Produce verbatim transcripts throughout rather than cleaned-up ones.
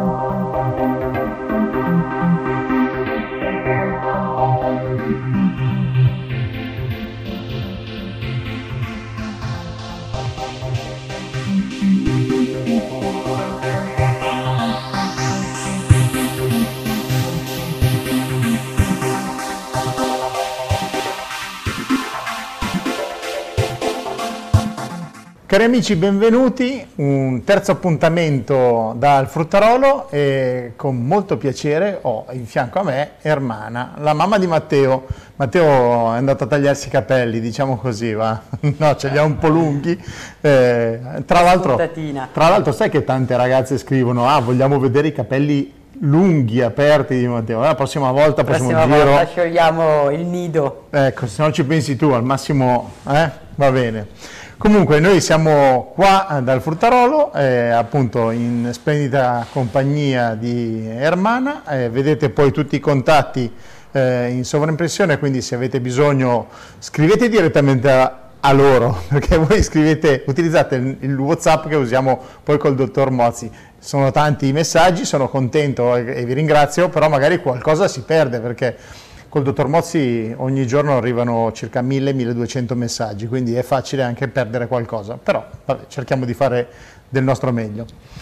Cari amici, benvenuti, un terzo appuntamento dal Fruttarolo e con molto piacere ho in fianco a me Ermana, la mamma di Matteo. Matteo è andato a tagliarsi i capelli, diciamo così, va? No, ce li ha un po' lunghi. Eh, tra l'altro, tra l'altro sai che tante ragazze scrivono, ah, vogliamo vedere i capelli lunghi, aperti di Matteo. La prossima volta, la prossima prossimo giro, volta sciogliamo il nido. Ecco, se non ci pensi tu, al massimo, eh? Va bene. Comunque noi siamo qua dal Fruttarolo, eh, appunto in splendida compagnia di Ermana, eh, vedete poi tutti i contatti eh, in sovraimpressione, quindi se avete bisogno scrivete direttamente a, a loro, perché voi scrivete, utilizzate il, il WhatsApp che usiamo poi col dottor Mozzi. Sono tanti i messaggi, sono contento e, e vi ringrazio, però magari qualcosa si perde perché col dottor Mozzi ogni giorno arrivano circa mille milleduecento messaggi, quindi è facile anche perdere qualcosa, però vabbè, cerchiamo di fare del nostro meglio.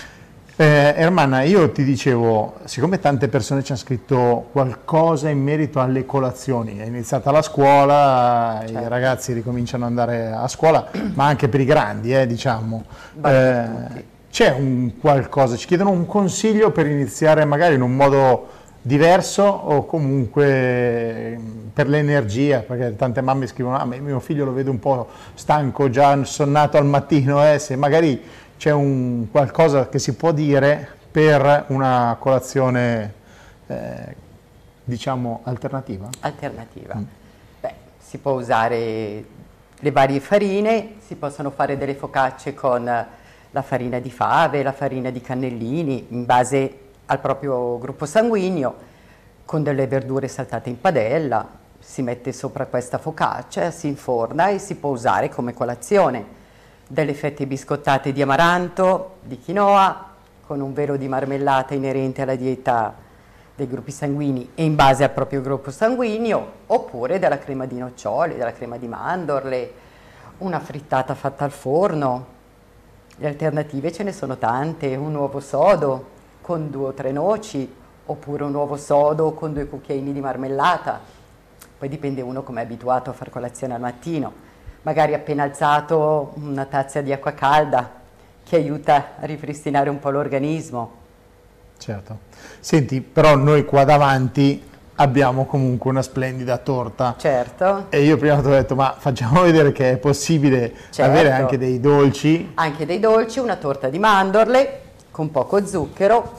Eh, Ermana, io ti dicevo, siccome tante persone ci hanno scritto qualcosa in merito alle colazioni, è iniziata la scuola, certo. I ragazzi ricominciano ad andare a scuola, ma anche per i grandi, eh, diciamo. Eh, c'è un qualcosa, ci chiedono un consiglio per iniziare magari in un modo diverso o comunque per l'energia, perché tante mamme scrivono, ah, ma mio figlio lo vedo un po' stanco, già sonnato al mattino, eh, se magari c'è un qualcosa che si può dire per una colazione eh, diciamo alternativa? Alternativa. Mm. Beh, si può usare le varie farine, si possono fare delle focacce con la farina di fave, la farina di cannellini, in base al proprio gruppo sanguigno, con delle verdure saltate in padella, si mette sopra questa focaccia, si inforna e si può usare come colazione. Delle fette biscottate di amaranto, di quinoa, con un velo di marmellata inerente alla dieta dei gruppi sanguigni e in base al proprio gruppo sanguigno, oppure della crema di nocciole, della crema di mandorle, una frittata fatta al forno. Le alternative ce ne sono tante, un uovo sodo con due o tre noci, oppure un uovo sodo con due cucchiaini di marmellata. Poi dipende uno come è abituato a fare colazione al mattino. Magari appena alzato una tazza di acqua calda che aiuta a ripristinare un po' l'organismo. Certo. Senti, però noi qua davanti abbiamo comunque una splendida torta. Certo. E io prima ti ho detto, ma facciamo vedere che è possibile certo. avere anche dei dolci. Anche dei dolci, una torta di mandorle con poco zucchero,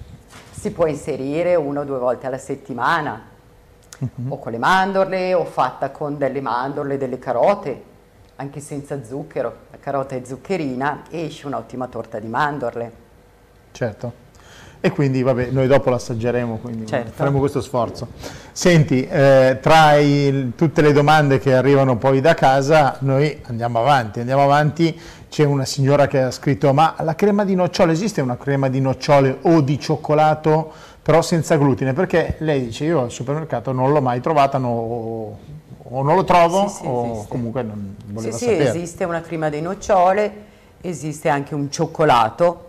si può inserire una o due volte alla settimana, mm-hmm. o con le mandorle o fatta con delle mandorle, delle carote, anche senza zucchero, la carota è zuccherina e esce un'ottima torta di mandorle. Certo. E quindi vabbè, noi dopo l'assaggeremo, quindi certo. faremo questo sforzo. Senti, eh, tra i, tutte le domande che arrivano poi da casa, noi andiamo avanti, andiamo avanti. C'è una signora che ha scritto, ma la crema di nocciole, esiste una crema di nocciole o di cioccolato, però senza glutine? Perché lei dice, io al supermercato non l'ho mai trovata, no, o non lo trovo, sì, sì, o esiste. Comunque non voleva sì, sapere. Sì, esiste una crema di nocciole, esiste anche un cioccolato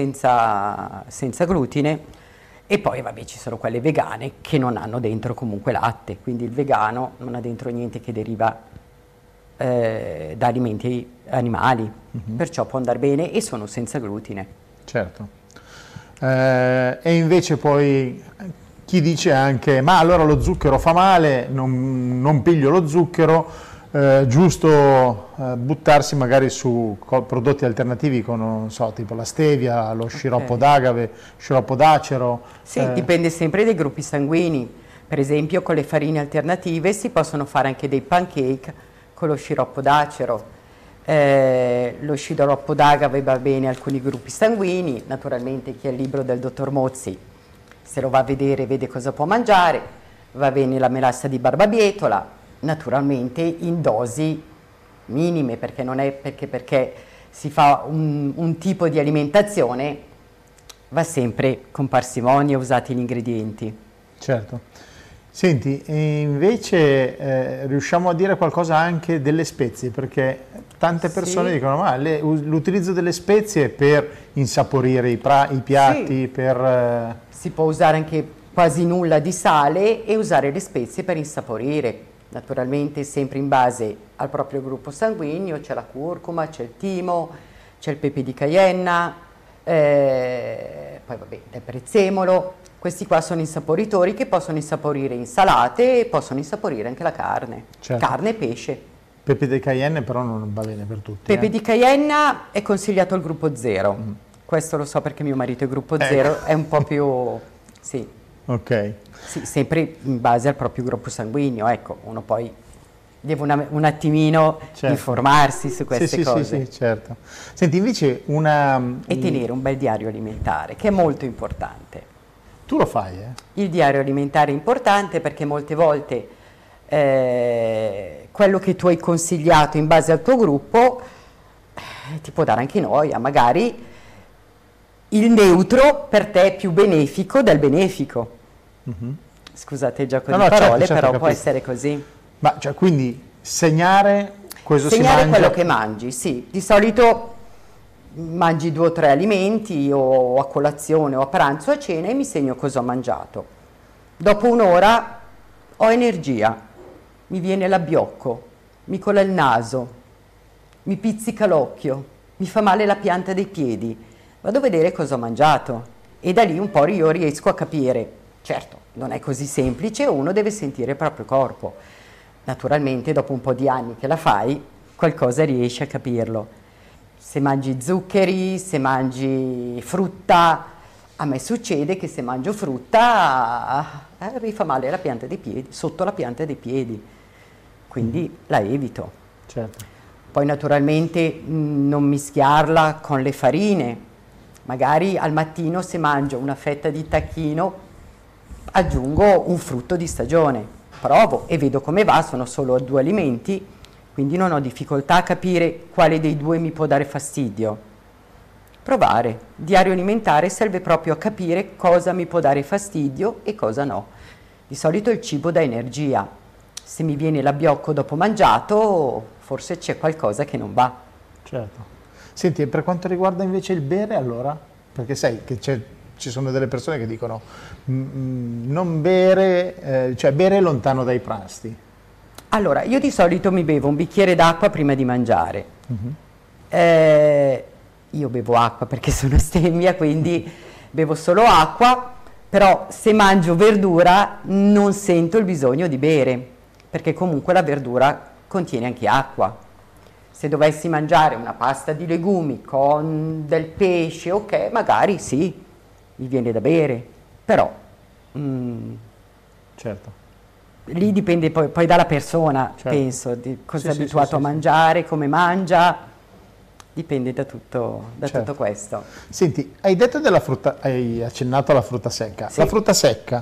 senza, senza glutine, e poi vabbè ci sono quelle vegane che non hanno dentro comunque latte, quindi il vegano non ha dentro niente che deriva eh, da alimenti animali, mm-hmm. perciò può andare bene e sono senza glutine. Certo. Eh, e invece poi chi dice anche, ma allora lo zucchero fa male, non, non piglio lo zucchero, eh, giusto eh, buttarsi magari su prodotti alternativi con, non so, tipo la stevia, lo sciroppo okay. d'agave, sciroppo d'acero. Sì, eh. dipende sempre dai gruppi sanguigni. Per esempio con le farine alternative si possono fare anche dei pancake con lo sciroppo d'acero. Eh, lo sciroppo d'agave va bene a alcuni gruppi sanguigni, naturalmente chi ha il libro del dottor Mozzi se lo va a vedere vede cosa può mangiare, va bene la melassa di barbabietola, naturalmente in dosi minime, perché non è perché, perché si fa un, un tipo di alimentazione va sempre con parsimonia usati gli ingredienti. Certo. Senti, e invece eh, riusciamo a dire qualcosa anche delle spezie, perché tante persone sì. dicono ma le, l'utilizzo delle spezie per insaporire i, pra, i piatti, sì. per... Eh... Si può usare anche quasi nulla di sale e usare le spezie per insaporire, naturalmente sempre in base al proprio gruppo sanguigno. C'è la curcuma, c'è il timo, c'è il pepe di Cayenne, eh, poi vabbè, il prezzemolo. Questi qua sono insaporitori che possono insaporire insalate e possono insaporire anche la carne, certo. carne e pesce. Pepe di Cayenne però non va bene per tutti. Pepe eh? di Cayenne è consigliato al gruppo zero, mm. questo lo so perché mio marito è gruppo ecco. zero, è un po' più... sì. Ok. Sì, sempre in base al proprio gruppo sanguigno, ecco, uno poi deve una, un attimino certo. informarsi su queste sì, sì, cose. Sì, sì, certo. Senti, invece una... E tenere un bel diario alimentare, che è molto importante. Tu lo fai, eh? Il diario alimentare è importante perché molte volte eh, quello che tu hai consigliato in base al tuo gruppo eh, ti può dare anche noia, magari il neutro per te è più benefico del benefico. Mm-hmm. Scusate il gioco no, di no, parole, certo, certo, però capito. Può essere così. Ma cioè, quindi segnare cosa segnare si mangia? quello che mangi, sì. Di solito mangi due o tre alimenti o a colazione o a pranzo o a cena e mi segno cosa ho mangiato. Dopo un'ora ho energia, mi viene l'abbiocco, mi cola il naso, mi pizzica l'occhio, mi fa male la pianta dei piedi. Vado a vedere cosa ho mangiato e da lì un po' io riesco a capire. Certo, non è così semplice, uno deve sentire il proprio corpo. Naturalmente dopo un po' di anni che la fai, qualcosa riesci a capirlo. Se mangi zuccheri, se mangi frutta, a me succede che se mangio frutta eh, mi fa male la pianta dei piedi, sotto la pianta dei piedi, quindi la evito. Certo. Poi naturalmente mh, non mischiarla con le farine, magari al mattino se mangio una fetta di tacchino aggiungo un frutto di stagione, provo e vedo come va, sono solo due alimenti, quindi non ho difficoltà a capire quale dei due mi può dare fastidio. Provare. Diario alimentare serve proprio a capire cosa mi può dare fastidio e cosa no. Di solito il cibo dà energia. Se mi viene l'abbiocco dopo mangiato, forse c'è qualcosa che non va. Certo. Senti, e per quanto riguarda invece il bere, allora? Perché sai che c'è, ci sono delle persone che dicono mm, non bere, eh, cioè bere lontano dai pasti. Allora, io di solito mi bevo un bicchiere d'acqua prima di mangiare. Uh-huh. eh, io bevo acqua perché sono stemmia, quindi bevo solo acqua, però se mangio verdura non sento il bisogno di bere, perché comunque la verdura contiene anche acqua. Se dovessi mangiare una pasta di legumi con del pesce, ok, magari sì, mi viene da bere, però... Mm, certo. Lì dipende poi, poi dalla persona, certo. penso, di cosa sì, è abituato sì, sì, a mangiare, sì. come mangia, dipende da tutto, da certo. tutto questo. Senti, hai detto della frutta, hai accennato alla frutta secca. Sì. La frutta secca,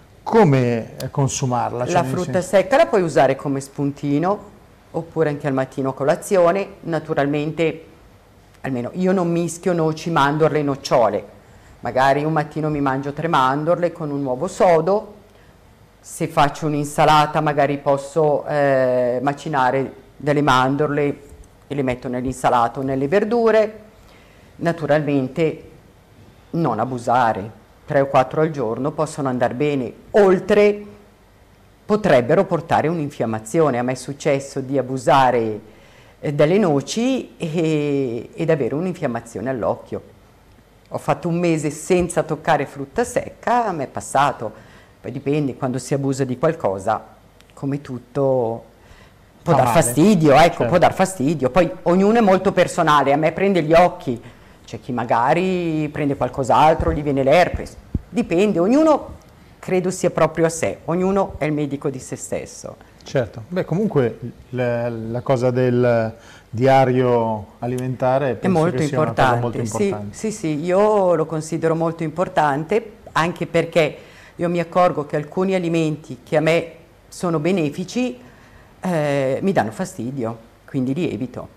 come consumarla? Cioè la frutta senso... secca la puoi usare come spuntino, oppure anche al mattino a colazione. Naturalmente, almeno io non mischio noci, mandorle e nocciole. Magari un mattino mi mangio tre mandorle con un uovo sodo. Se faccio un'insalata magari posso eh, macinare delle mandorle e le metto nell'insalata o nelle verdure. Naturalmente non abusare, tre o quattro al giorno possono andare bene, oltre potrebbero portare un'infiammazione. A me è successo di abusare eh, delle noci e, ed avere un'infiammazione all'occhio. Ho fatto un mese senza toccare frutta secca, a me è passato. Poi dipende, quando si abusa di qualcosa, come tutto, può dar fastidio, ecco, certo. può dar fastidio. Poi ognuno è molto personale, a me prende gli occhi, c'è chi magari prende qualcos'altro, gli viene l'herpes. Dipende, ognuno credo sia proprio a sé, ognuno è il medico di se stesso. Certo, beh comunque la, la cosa del diario alimentare è molto che importante. Sia una cosa molto importante. Sì, sì, sì, io lo considero molto importante, anche perché io mi accorgo che alcuni alimenti che a me sono benefici eh, mi danno fastidio, quindi li evito.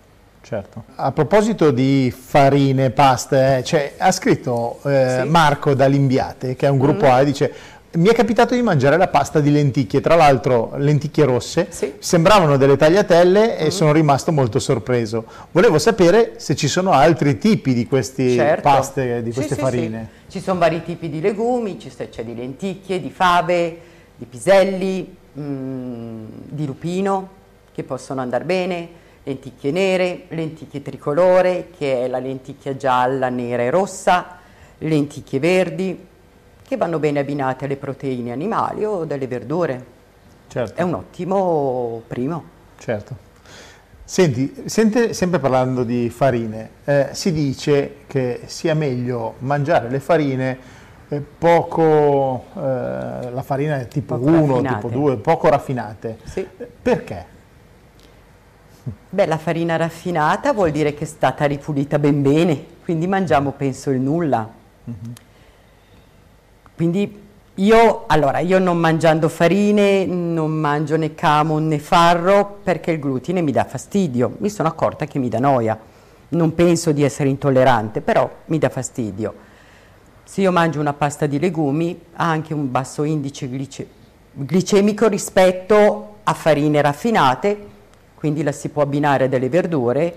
Certo. A proposito di farine, paste, eh, cioè, ha scritto eh, Sì. Marco da Limbiate, che è un gruppo Mm. A, e dice: mi è capitato di mangiare la pasta di lenticchie, tra l'altro lenticchie rosse, Sì. sembravano delle tagliatelle e sono rimasto molto sorpreso. Volevo sapere se ci sono altri tipi di queste Certo. paste, di Sì, queste sì, farine. sì. Ci sono vari tipi di legumi, ci sta- c'è di lenticchie, di fave, di piselli, mm, di lupino, che possono andare bene, lenticchie nere, lenticchie tricolore, che è la lenticchia gialla, nera e rossa, lenticchie verdi, che vanno bene abbinate alle proteine animali o delle verdure. Certo. È un ottimo primo. Certo. Senti, sente- sempre parlando di farine, eh, si dice che sia meglio mangiare le farine eh, poco, eh, la farina è tipo Poco uno, raffinate. tipo due, poco raffinate. Sì. Eh, Perché? Beh, la farina raffinata vuol dire che è stata ripulita ben bene, quindi mangiamo, penso, il nulla. Quindi io, allora, io non mangiando farine, non mangio né camon né farro perché il glutine mi dà fastidio. Mi sono accorta che mi dà noia. Non penso di essere intollerante, però mi dà fastidio. Se io mangio una pasta di legumi ha anche un basso indice glice- glicemico rispetto a farine raffinate, quindi la si può abbinare a delle verdure,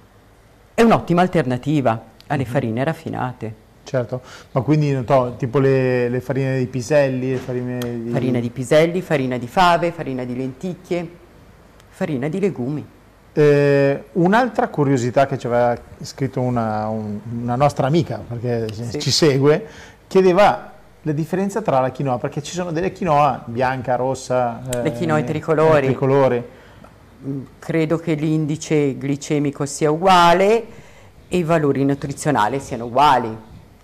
è un'ottima alternativa alle farine raffinate. Certo, ma quindi non so, tipo le, le farine di piselli, le farine di... Farina di piselli, farina di fave, farina di lenticchie, farina di legumi. Eh, un'altra curiosità che ci aveva scritto una, un- una nostra amica, perché Sì. ci segue, chiedeva la differenza tra la quinoa, perché ci sono delle quinoa bianca, rossa, eh, Le quinoe tricolori. eh, tricolori. Mm, Credo che l'indice glicemico sia uguale e i valori nutrizionali siano uguali.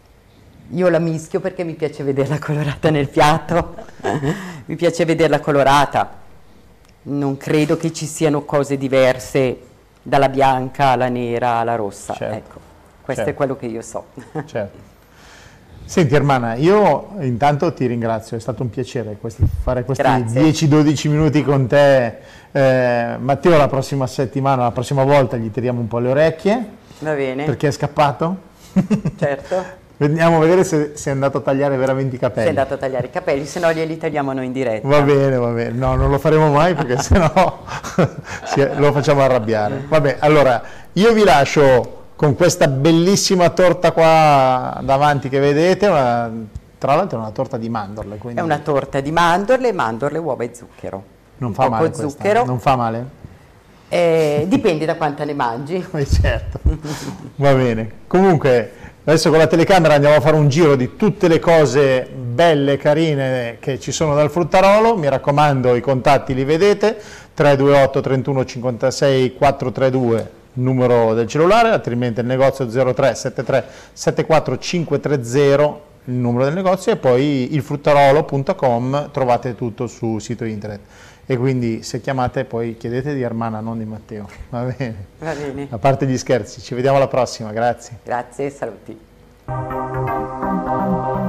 Io la mischio perché mi piace vederla colorata nel piatto, mi piace vederla colorata. Non credo che ci siano cose diverse dalla bianca alla nera alla rossa. Certo. Ecco, questo Certo. è quello che io so. Certo. Senti Ermana, io intanto ti ringrazio, è stato un piacere questi- fare questi Grazie. dieci dodici minuti con te. Eh, Matteo la prossima settimana, la prossima volta gli tiriamo un po' le orecchie, Va bene? perché è scappato. Certo. Andiamo a vedere se, se è andato a tagliare veramente i Sei capelli. andato a tagliare i capelli, se no glieli tagliamo noi in diretta. Va bene, va bene. No, non lo faremo mai perché sennò si- lo facciamo arrabbiare. Vabbè, allora io vi lascio con questa bellissima torta qua davanti che vedete, una- tra l'altro è una torta di mandorle, quindi È una torta di mandorle, mandorle, uova e zucchero. non Un fa poco male questa. zucchero. Non fa male? Eh, dipende da quanta ne mangi. Eh, certo. Va bene. Comunque adesso con la telecamera andiamo a fare un giro di tutte le cose belle, carine che ci sono dal Fruttarolo. Mi raccomando, i contatti li vedete: tre due otto trentuno cinquantasei quattrocentotrentadue, numero del cellulare, altrimenti il negozio zero tre sette tre sette quattro cinque tre zero, il numero del negozio, e poi il fruttarolo punto com, trovate tutto sul sito internet. E quindi se chiamate poi chiedete di Ermana, non di Matteo. Va bene. Va bene. A parte gli scherzi, ci vediamo alla prossima, grazie. Grazie, saluti.